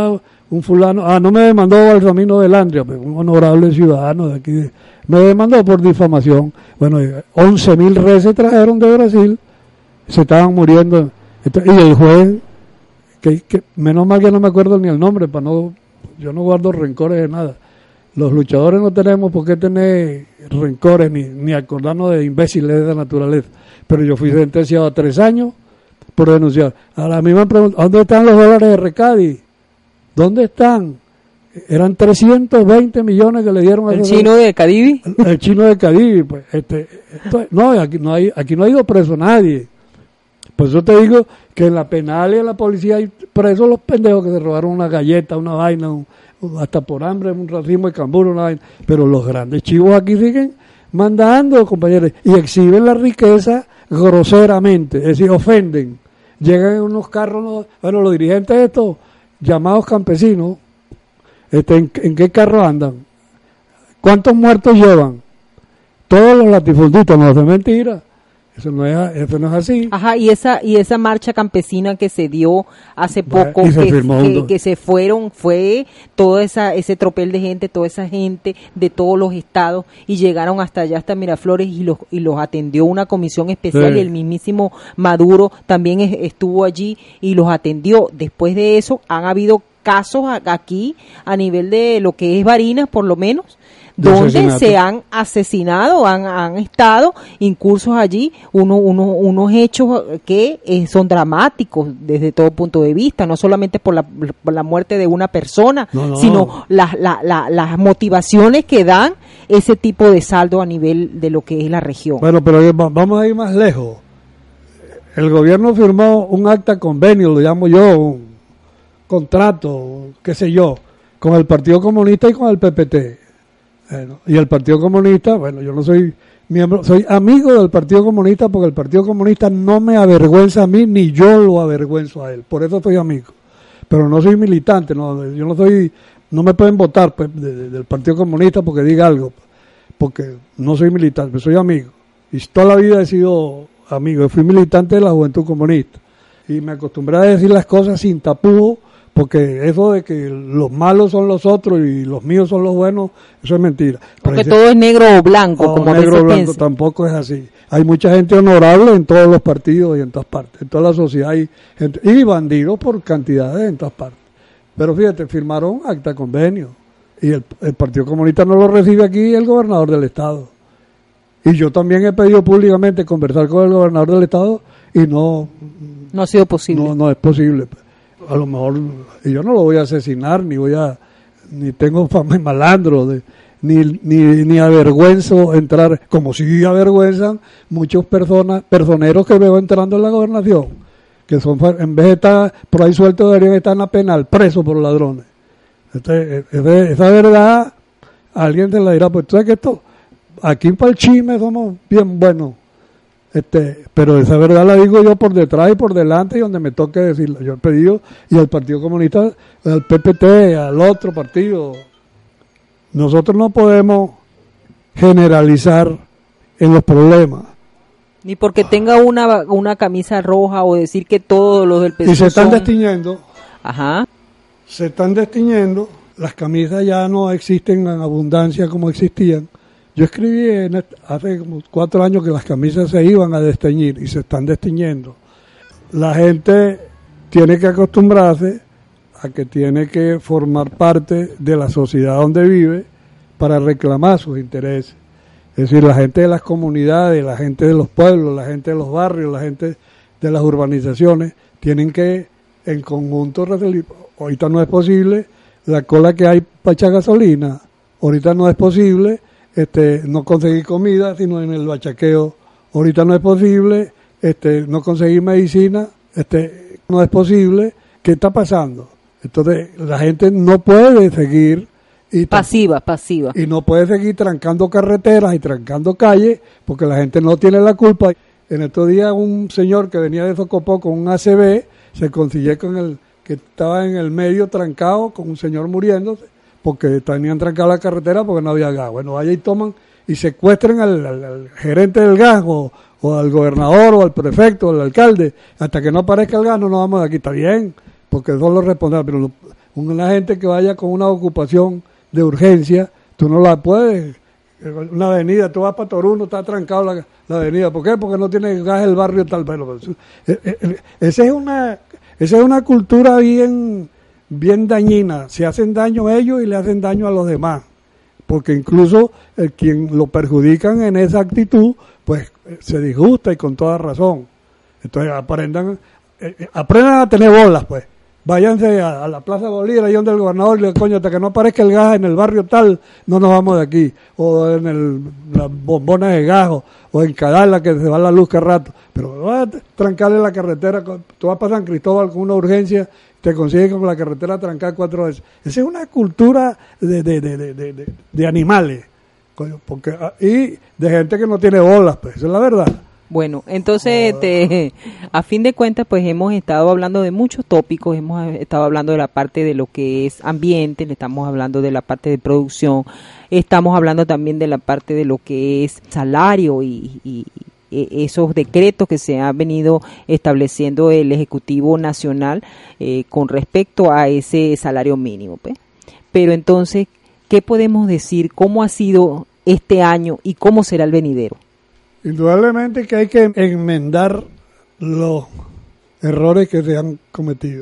un fulano, ah, no me demandó Balsamino del Andria, pues un honorable ciudadano de aquí, de, me demandó por difamación. Bueno, once mil reses trajeron de Brasil, se estaban muriendo, y el juez, que, que menos mal que no me acuerdo ni el nombre, para no, yo no guardo rencores de nada. Los luchadores no tenemos por qué tener rencores ni, ni acordarnos de imbéciles de la naturaleza. Pero yo fui sentenciado a tres años por denunciar. Ahora a mí me han preguntado, ¿dónde están los dólares de Recadi? ¿Dónde están? Eran trescientos veinte millones que le dieron a ¿El chino de Cadivi? El, el chino de Cadivi, pues. Este, esto, no, aquí no, hay, aquí no ha ido preso nadie. Por eso te digo que en la penal y en la policía hay presos los pendejos que se robaron una galleta, una vaina, un, hasta por hambre, un racimo de cambur, una vaina. Pero los grandes chivos aquí siguen mandando, compañeros, y exhiben la riqueza groseramente, es decir, ofenden. Llegan en unos carros, bueno, los dirigentes de estos llamados campesinos, este, ¿en, ¿en qué carro andan? ¿Cuántos muertos llevan? Todos los latifundistas, no es de mentira. Eso no es, eso no es así. Ajá, y esa y esa marcha campesina que se dio hace poco, se que, que, que se fueron, fue todo esa ese tropel de gente, toda esa gente de todos los estados, y llegaron hasta allá, hasta Miraflores, y los y los atendió una comisión especial, sí. Y el mismísimo Maduro también es, estuvo allí y los atendió. Después de eso han habido casos aquí a nivel de lo que es Barinas, por lo menos, donde se han asesinado, han, han estado incursos allí, uno, uno, unos hechos que eh, son dramáticos desde todo punto de vista, no solamente por la, por la muerte de una persona, no, no. sino las, la, la, las motivaciones que dan ese tipo de saldo a nivel de lo que es la región. Bueno, pero vamos a ir más lejos. El gobierno firmó un acta convenio, lo llamo yo, un contrato, qué sé yo, con el Partido Comunista y con el P P T. Bueno, y el Partido Comunista, bueno, yo no soy miembro, soy amigo del Partido Comunista porque el Partido Comunista no me avergüenza a mí ni yo lo avergüenzo a él, por eso soy amigo. Pero no soy militante, no, yo no soy, no me pueden votar pues, de, de, del Partido Comunista porque diga algo, porque no soy militante, soy amigo. Y toda la vida he sido amigo, yo fui militante de la Juventud Comunista y me acostumbré a decir las cosas sin tapujos. Porque eso de que los malos son los otros y los míos son los buenos, eso es mentira. Porque ese, todo es negro o blanco, no, como negro o blanco piensa. Tampoco es así. Hay mucha gente honorable en todos los partidos y en todas partes. En toda la sociedad hay gente, y bandidos por cantidades en todas partes. Pero fíjate, firmaron acta convenio. Y el, el Partido Comunista no lo recibe aquí el gobernador del Estado. Y yo también he pedido públicamente conversar con el gobernador del Estado y no... No ha sido posible. No, no es posible. A lo mejor, y yo no lo voy a asesinar, ni voy a, ni tengo fama de malandro, de, ni, ni, ni avergüenzo entrar, como si avergüenzan muchos personas, personeros que veo entrando en la gobernación, que son, en vez de estar por ahí sueltos, deberían estar en la penal, presos por ladrones. Este, esa verdad, alguien te la dirá, pues tú sabes que esto, aquí para el chisme somos bien buenos. Este, pero esa verdad la digo yo por detrás y por delante y donde me toque decirlo. Yo he pedido, y al Partido Comunista, al P P T, al otro partido, nosotros no podemos generalizar en los problemas. Ni porque tenga una una camisa roja o decir que todos los del P S U y se están son... destiñendo. Ajá. Se están destiñendo, las camisas ya no existen en abundancia como existían. Yo escribí en, hace como cuatro años que las camisas se iban a desteñir y se están destiñendo. La gente tiene que acostumbrarse a que tiene que formar parte de la sociedad donde vive para reclamar sus intereses. Es decir, la gente de las comunidades, la gente de los pueblos, la gente de los barrios, la gente de las urbanizaciones, tienen que en conjunto resolver. Ahorita no es posible la cola que hay para echar gasolina. Ahorita no es posible Este, no conseguir comida, sino en el bachaqueo. Ahorita no es posible este, no conseguir medicina, este, no es posible. ¿Qué está pasando? Entonces, la gente no puede seguir... Y pasiva, pasiva. Y no puede seguir trancando carreteras y trancando calles, porque la gente no tiene la culpa. En estos días, un señor que venía de Socopó con un A C V, se consiguió con el que estaba en el medio trancado, con un señor muriéndose, porque tenían trancada la carretera porque no había gas. Bueno, vaya y toman y secuestren al, al, al gerente del gas o, o al gobernador o al prefecto o al alcalde. Hasta que no aparezca el gas no nos vamos de aquí. Está bien, porque son los responsables. Pero Una gente que vaya con una ocupación de urgencia, tú no la puedes. Una avenida, tú vas para Toruno, está trancado la, la avenida. ¿Por qué? Porque no tiene gas el barrio tal. Pero, esa es una, esa es una cultura bien, bien dañina. Se hacen daño a ellos y le hacen daño a los demás. Porque incluso el quien lo perjudican en esa actitud, pues se disgusta y con toda razón. Entonces aprendan, eh, aprendan a tener bolas, pues. Váyanse a, a la Plaza Bolívar, ahí donde el gobernador le dice, coño, hasta que no aparezca el gas en el barrio tal, no nos vamos de aquí. O en el, las bombonas de gas, o, o en Cadala, que se va la luz cada rato. Pero vas a trancarle la carretera, tú vas para San Cristóbal con una urgencia, te consigues con la carretera trancada cuatro veces. Esa es una cultura de, de, de, de, de, de animales, coño, porque, y de gente que no tiene bolas, pues, esa es la verdad. Bueno, entonces, este, a fin de cuentas, pues hemos estado hablando de muchos tópicos, hemos estado hablando de la parte de lo que es ambiente, le estamos hablando de la parte de producción, estamos hablando también de la parte de lo que es salario y, y, y esos decretos que se han venido estableciendo el Ejecutivo Nacional eh, con respecto a ese salario mínimo, pues. Pero entonces, ¿qué podemos decir? ¿Cómo ha sido este año y cómo será el venidero? Indudablemente que hay que enmendar los errores que se han cometido.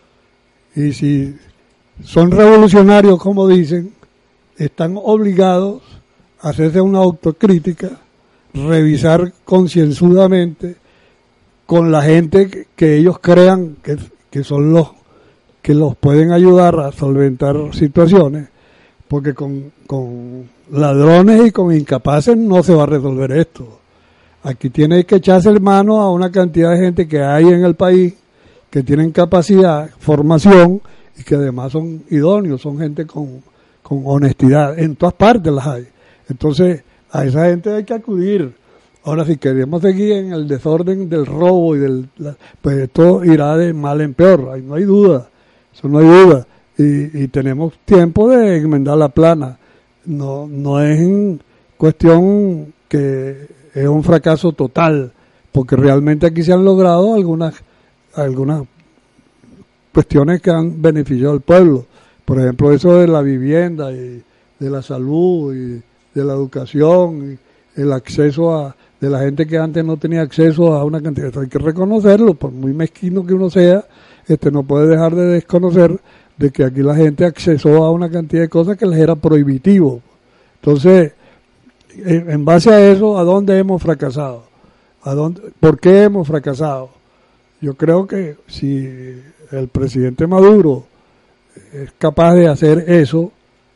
Y si son revolucionarios, como dicen, están obligados a hacerse una autocrítica, revisar concienzudamente con la gente que, que ellos crean que, que son los que los pueden ayudar a solventar situaciones, porque con, con ladrones y con incapaces no se va a resolver esto. Aquí tiene que echarse mano a una cantidad de gente que hay en el país, que tienen capacidad, formación y que además son idóneos, son gente con, con honestidad. En todas partes las hay. Entonces, a esa gente hay que acudir. Ahora, si queremos seguir en el desorden del robo, y del pues esto irá de mal en peor, ahí no hay duda, eso no hay duda. Y, y tenemos tiempo de enmendar la plana. No, no es en cuestión que es un fracaso total, porque realmente aquí se han logrado algunas algunas cuestiones que han beneficiado al pueblo. Por ejemplo, eso de la vivienda y de la salud y de la educación y el acceso a de la gente que antes no tenía acceso a una cantidad. Hay que reconocerlo, por muy mezquino que uno sea, este no puede dejar de desconocer de que aquí la gente accesó a una cantidad de cosas que les era prohibitivo. Entonces, en base a eso, ¿a dónde hemos fracasado? ¿A dónde, ¿Por qué hemos fracasado? Yo creo que si el presidente Maduro es capaz de hacer eso,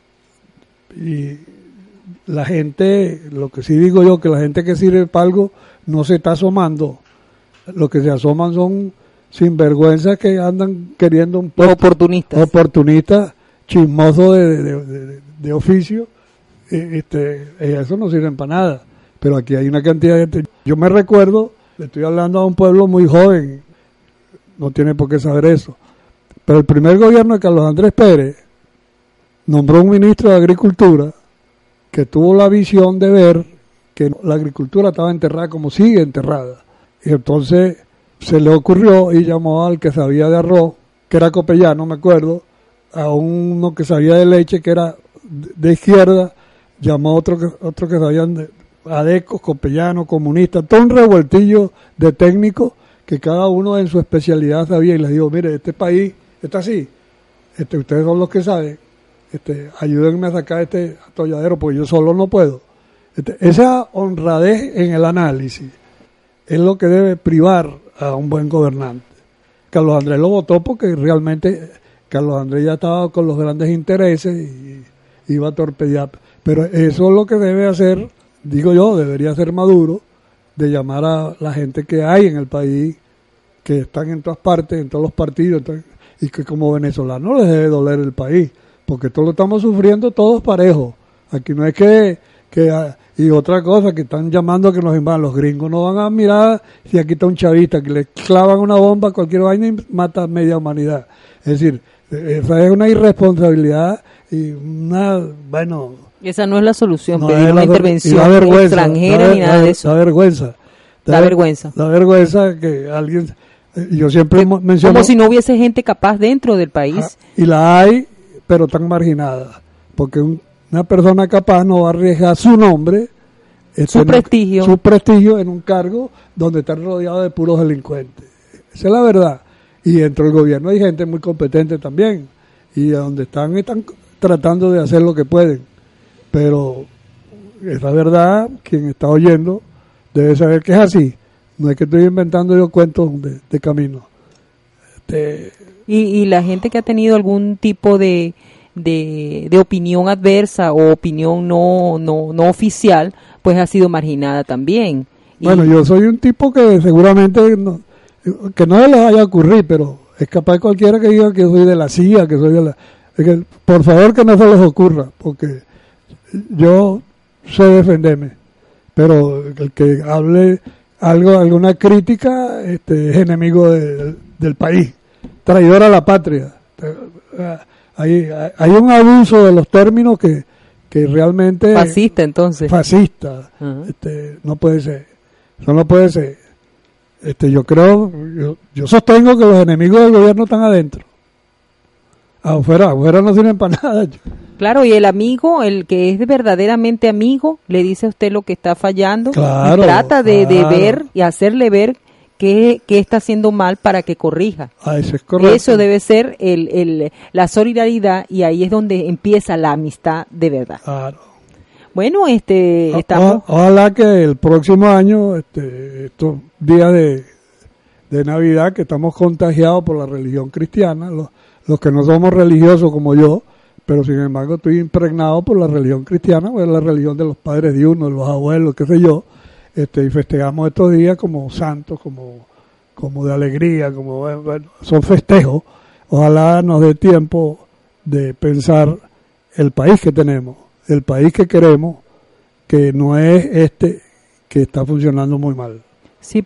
y la gente, lo que sí digo yo, que la gente que sirve para algo no se está asomando, lo que se asoman son sinvergüenzas que andan queriendo un puesto, oportunistas, oportunistas chismosos de, de, de, de, de oficio. Este, eso no sirve para nada, pero aquí hay una cantidad de gente. Yo me recuerdo, le estoy hablando a un pueblo muy joven, no tiene por qué saber eso, pero el primer gobierno de Carlos Andrés Pérez nombró un ministro de Agricultura que tuvo la visión de ver que la agricultura estaba enterrada como sigue enterrada, y entonces se le ocurrió y llamó al que sabía de arroz, que era copellano, me acuerdo, a uno que sabía de leche, que era de izquierda, llamó a otro que, otro que sabían de adecos, copellanos, comunistas, todo un revueltillo de técnicos que cada uno en su especialidad sabía, y les digo, mire, este país está así, este, ustedes son los que saben, este, ayúdenme a sacar este atolladero porque yo solo no puedo. Este, esa honradez en el análisis es lo que debe privar a un buen gobernante. Carlos Andrés lo votó porque realmente Carlos Andrés ya estaba con los grandes intereses y iba a torpedear. Pero eso es lo que debe hacer, digo yo, debería hacer Maduro, de llamar a la gente que hay en el país, que están en todas partes, en todos los partidos, entonces, y que como venezolanos les debe doler el país, porque esto lo estamos sufriendo todos parejos. Aquí no es que, que y otra cosa, que están llamando a que nos invadan. Los gringos no van a mirar si aquí está un chavista, que le clavan una bomba a cualquier vaina y mata a media humanidad. Es decir, esa es una irresponsabilidad y una, bueno... Esa no es la solución, no pedir una intervención extranjera da, ni nada da, de eso. Da vergüenza. Da, da vergüenza. Da vergüenza que alguien... Yo siempre que, menciono... Como si no hubiese gente capaz dentro del país. Ah, y la hay, pero tan marginada. Porque un, una persona capaz no va a arriesgar su nombre, su este, prestigio. su prestigio en un cargo donde están rodeados de puros delincuentes. Esa es la verdad. Y dentro del gobierno hay gente muy competente también. Y donde están, están tratando de hacer lo que pueden. Pero es la verdad, quien está oyendo debe saber que es así. No es que estoy inventando yo cuentos de, de camino. Este... Y, y la gente que ha tenido algún tipo de, de, de opinión adversa o opinión no, no, no oficial, pues ha sido marginada también. Y bueno, yo soy un tipo que seguramente no, que no les vaya a ocurrir, pero es capaz cualquiera que diga que soy de la C I A, que soy de la... Es que, por favor, que no se les ocurra, porque yo sé defenderme, pero el que hable algo, alguna crítica, este, es enemigo de, del, del país, traidor a la patria. Hay, hay un abuso de los términos que, que realmente... Fascista, entonces. Fascista. Uh-huh. Este, no puede ser. Eso no puede ser. Este, yo creo, yo, yo sostengo que los enemigos del gobierno están adentro. Afuera, afuera no sirven para nada. Claro, y el amigo, el que es verdaderamente amigo, le dice a usted lo que está fallando, claro, y trata de, claro. de ver y hacerle ver qué, qué está haciendo mal para que corrija. Ah, eso es correcto. Eso debe ser el, el, la solidaridad, y ahí es donde empieza la amistad de verdad. Claro. Bueno, este, o, estamos... O, ojalá que el próximo año, este, estos días de, de Navidad, que estamos contagiados por la religión cristiana, los, los que no somos religiosos como yo, pero sin embargo estoy impregnado por la religión cristiana, pues la religión de los padres de uno, de los abuelos, qué sé yo, este, y festejamos estos días como santos, como, como de alegría, como bueno, son festejos. Ojalá nos dé tiempo de pensar el país que tenemos, el país que queremos, que no es este que está funcionando muy mal. Sí,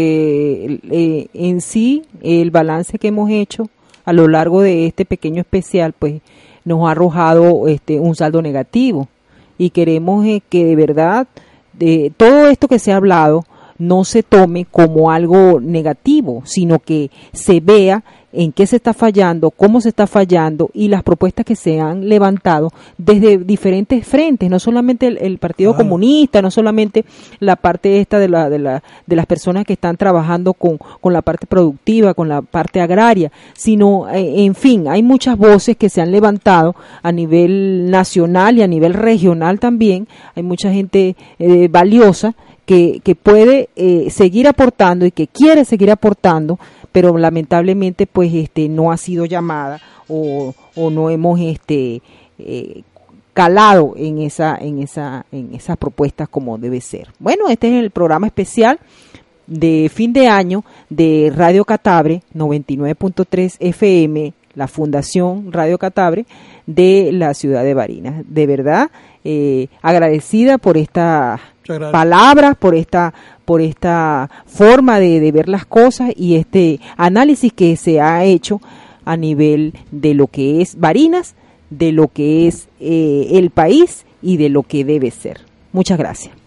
porque eh, en sí el balance que hemos hecho a lo largo de este pequeño especial, pues nos ha arrojado este un saldo negativo, y queremos eh, que de verdad de todo esto que se ha hablado no se tome como algo negativo, sino que se vea en qué se está fallando, cómo se está fallando, y las propuestas que se han levantado desde diferentes frentes, no solamente el, el Partido ah. Comunista, no solamente la parte esta de la de la de las personas que están trabajando con con la parte productiva, con la parte agraria, sino eh, en fin, hay muchas voces que se han levantado a nivel nacional y a nivel regional también. Hay mucha gente eh, valiosa que que puede eh, seguir aportando y que quiere seguir aportando, pero lamentablemente pues este no ha sido llamada o, o no hemos este eh, calado en esa en esa en esas propuestas como debe ser. Bueno, este es el programa especial de fin de año de Radio Catabre noventa y nueve punto tres F M, la Fundación Radio Catabre de la ciudad de Barinas. De verdad eh, agradecida por estas palabras, por esta por esta forma de, de ver las cosas y este análisis que se ha hecho a nivel de lo que es Barinas, de lo que es eh, el país y de lo que debe ser. Muchas gracias.